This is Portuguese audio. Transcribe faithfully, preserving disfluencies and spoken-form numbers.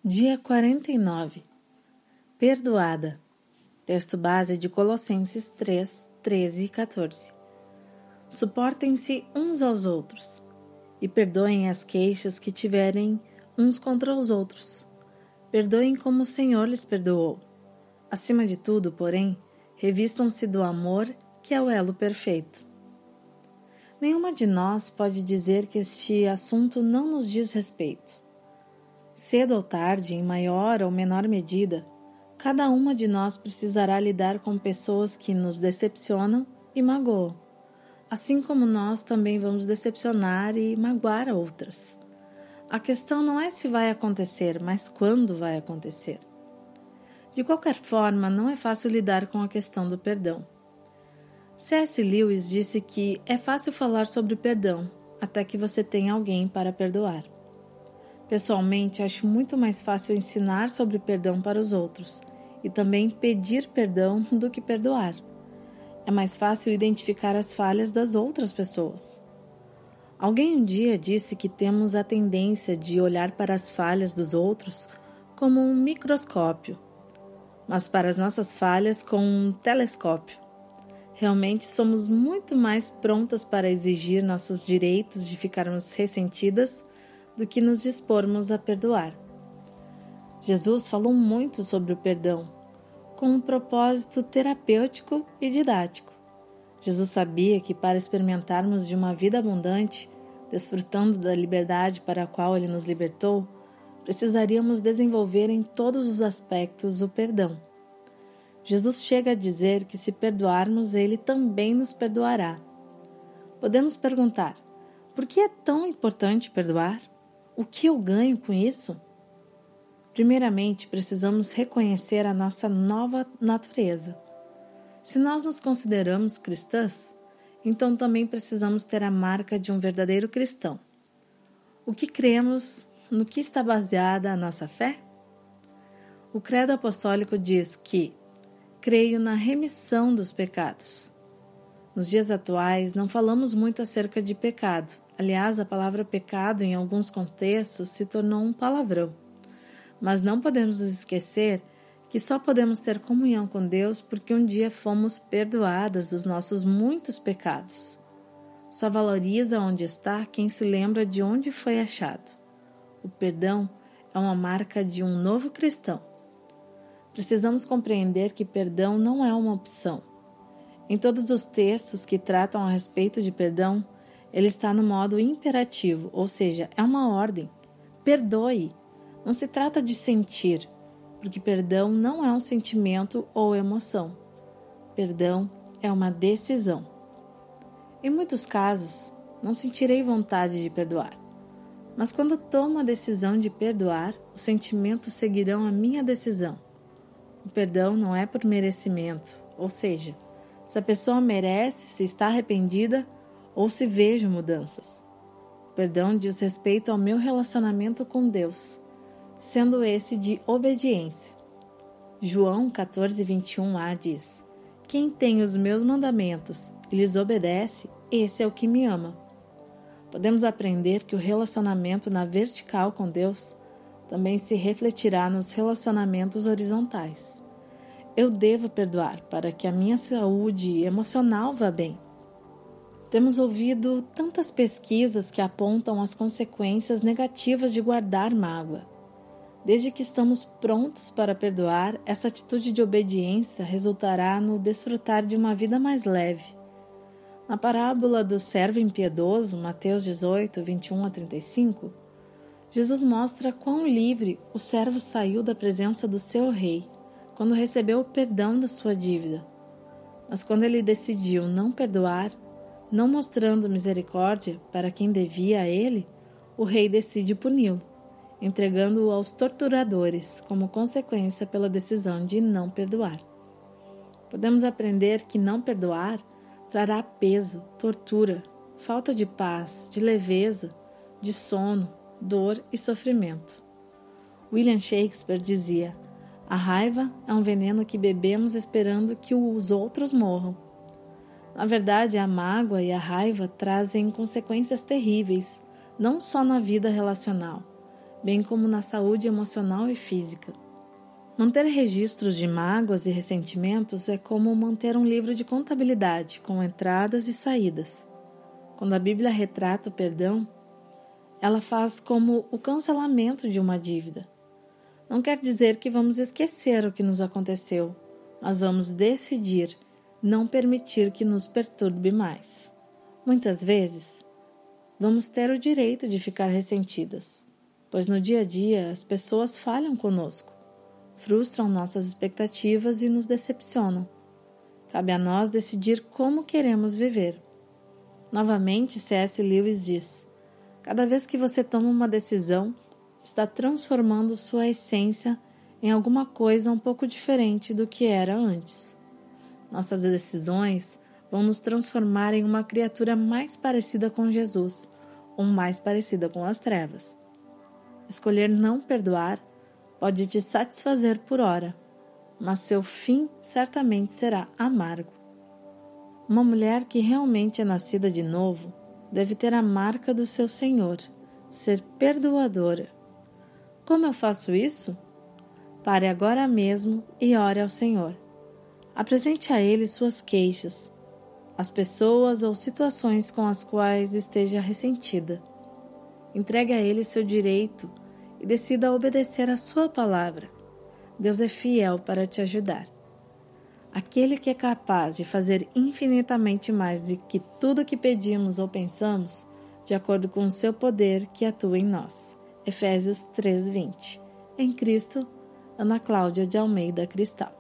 Dia quarenta e nove. Perdoada. Texto base de Colossenses três, treze e quatorze. Suportem-se uns aos outros e perdoem as queixas que tiverem uns contra os outros. Perdoem como o Senhor lhes perdoou. Acima de tudo, porém, revistam-se do amor, que é o elo perfeito. Nenhuma de nós pode dizer que este assunto não nos diz respeito. Cedo ou tarde, em maior ou menor medida, cada uma de nós precisará lidar com pessoas que nos decepcionam e magoam, assim como nós também vamos decepcionar e magoar outras. A questão não é se vai acontecer, mas quando vai acontecer. De qualquer forma, não é fácil lidar com a questão do perdão. C S Lewis disse que é fácil falar sobre perdão até que você tenha alguém para perdoar. Pessoalmente, acho muito mais fácil ensinar sobre perdão para os outros e também pedir perdão do que perdoar. É mais fácil identificar as falhas das outras pessoas. Alguém um dia disse que temos a tendência de olhar para as falhas dos outros como um microscópio, mas para as nossas falhas com um telescópio. Realmente somos muito mais prontas para exigir nossos direitos de ficarmos ressentidas do que nos dispormos a perdoar. Jesus falou muito sobre o perdão, com um propósito terapêutico e didático. Jesus sabia que para experimentarmos de uma vida abundante, desfrutando da liberdade para a qual Ele nos libertou, precisaríamos desenvolver em todos os aspectos o perdão. Jesus chega a dizer que se perdoarmos, Ele também nos perdoará. Podemos perguntar, por que é tão importante perdoar? O que eu ganho com isso? Primeiramente, precisamos reconhecer a nossa nova natureza. Se nós nos consideramos cristãs, então também precisamos ter a marca de um verdadeiro cristão. O que cremos, no que está baseada a nossa fé? O credo apostólico diz que creio na remissão dos pecados. Nos dias atuais, não falamos muito acerca de pecado. Aliás, a palavra pecado, em alguns contextos, se tornou um palavrão. Mas não podemos esquecer que só podemos ter comunhão com Deus porque um dia fomos perdoadas dos nossos muitos pecados. Só valoriza onde está quem se lembra de onde foi achado. O perdão é uma marca de um novo cristão. Precisamos compreender que perdão não é uma opção. Em todos os textos que tratam a respeito de perdão, ele está no modo imperativo, ou seja, é uma ordem. Perdoe. Não se trata de sentir, porque perdão não é um sentimento ou emoção. Perdão é uma decisão. Em muitos casos, não sentirei vontade de perdoar. Mas quando tomo a decisão de perdoar, os sentimentos seguirão a minha decisão. O perdão não é por merecimento, ou seja, se a pessoa merece, se está arrependida, ou se vejo mudanças. O perdão diz respeito ao meu relacionamento com Deus, sendo esse de obediência. João quatorze, vinte e um a diz: quem tem os meus mandamentos e lhes obedece, esse é o que me ama. Podemos aprender que o relacionamento na vertical com Deus também se refletirá nos relacionamentos horizontais. Eu devo perdoar para que a minha saúde emocional vá bem. Temos ouvido tantas pesquisas que apontam as consequências negativas de guardar mágoa. Desde que estamos prontos para perdoar, essa atitude de obediência resultará no desfrutar de uma vida mais leve. Na parábola do servo impiedoso, Mateus dezoito, vinte e um a trinta e cinco, Jesus mostra quão livre o servo saiu da presença do seu rei, quando recebeu o perdão da sua dívida. Mas quando ele decidiu não perdoar, não mostrando misericórdia para quem devia a ele, o rei decide puni-lo, entregando-o aos torturadores como consequência pela decisão de não perdoar. Podemos aprender que não perdoar trará peso, tortura, falta de paz, de leveza, de sono, dor e sofrimento. William Shakespeare dizia: a raiva é um veneno que bebemos esperando que os outros morram. Na verdade, a mágoa e a raiva trazem consequências terríveis, não só na vida relacional. bem como na saúde emocional e física. Manter registros de mágoas e ressentimentos é como manter um livro de contabilidade com entradas e saídas. Quando a Bíblia retrata o perdão, ela faz como o cancelamento de uma dívida. Não quer dizer que vamos esquecer o que nos aconteceu, mas vamos decidir não permitir que nos perturbe mais. Muitas vezes, vamos ter o direito de ficar ressentidas, pois no dia a dia as pessoas falham conosco, frustram nossas expectativas e nos decepcionam. Cabe a nós decidir como queremos viver. Novamente, C S Lewis diz: cada vez que você toma uma decisão, está transformando sua essência em alguma coisa um pouco diferente do que era antes. Nossas decisões vão nos transformar em uma criatura mais parecida com Jesus, ou mais parecida com as trevas. Escolher não perdoar pode te satisfazer por hora, mas seu fim certamente será amargo. Uma mulher que realmente é nascida de novo deve ter a marca do seu Senhor, ser perdoadora. Como eu faço isso? Pare agora mesmo e ore ao Senhor. Apresente a Ele suas queixas, as pessoas ou situações com as quais esteja ressentida. Entregue a Ele seu direito e decida obedecer a sua palavra. Deus é fiel para te ajudar. Aquele que é capaz de fazer infinitamente mais do que tudo que pedimos ou pensamos, de acordo com o seu poder que atua em nós. Efésios três, vinte. Em Cristo, Ana Cláudia de Almeida Cristal.